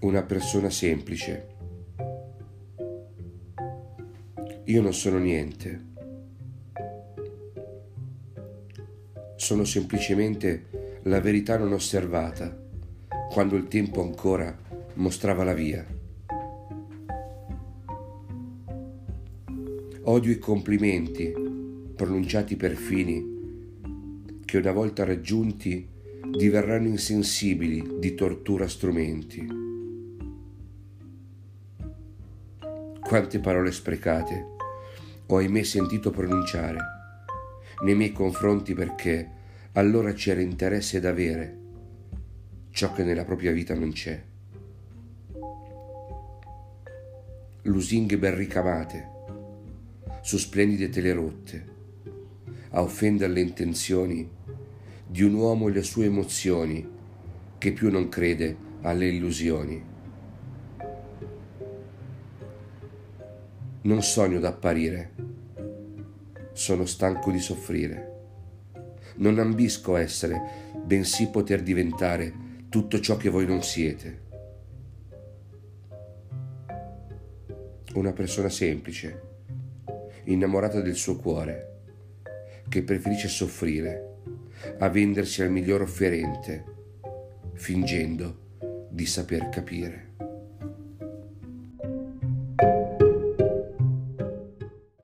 Una persona semplice. Io non sono niente. Sono semplicemente la verità non osservata, quando il tempo ancora mostrava la via. Odio i complimenti, pronunciati per fini, che una volta raggiunti diverranno insensibili di tortura strumenti. Quante parole sprecate ho ahimè sentito pronunciare nei miei confronti, perché allora c'era interesse ad avere ciò che nella propria vita non c'è. Lusinghe ben ricamate su splendide tele rotte, a offendere le intenzioni di un uomo e le sue emozioni, che più non crede alle illusioni. Non sogno d'apparire, sono stanco di soffrire. Non ambisco essere, bensì poter diventare tutto ciò che voi non siete. Una persona semplice, innamorata del suo cuore, che preferisce soffrire a vendersi al miglior offerente, fingendo di saper capire.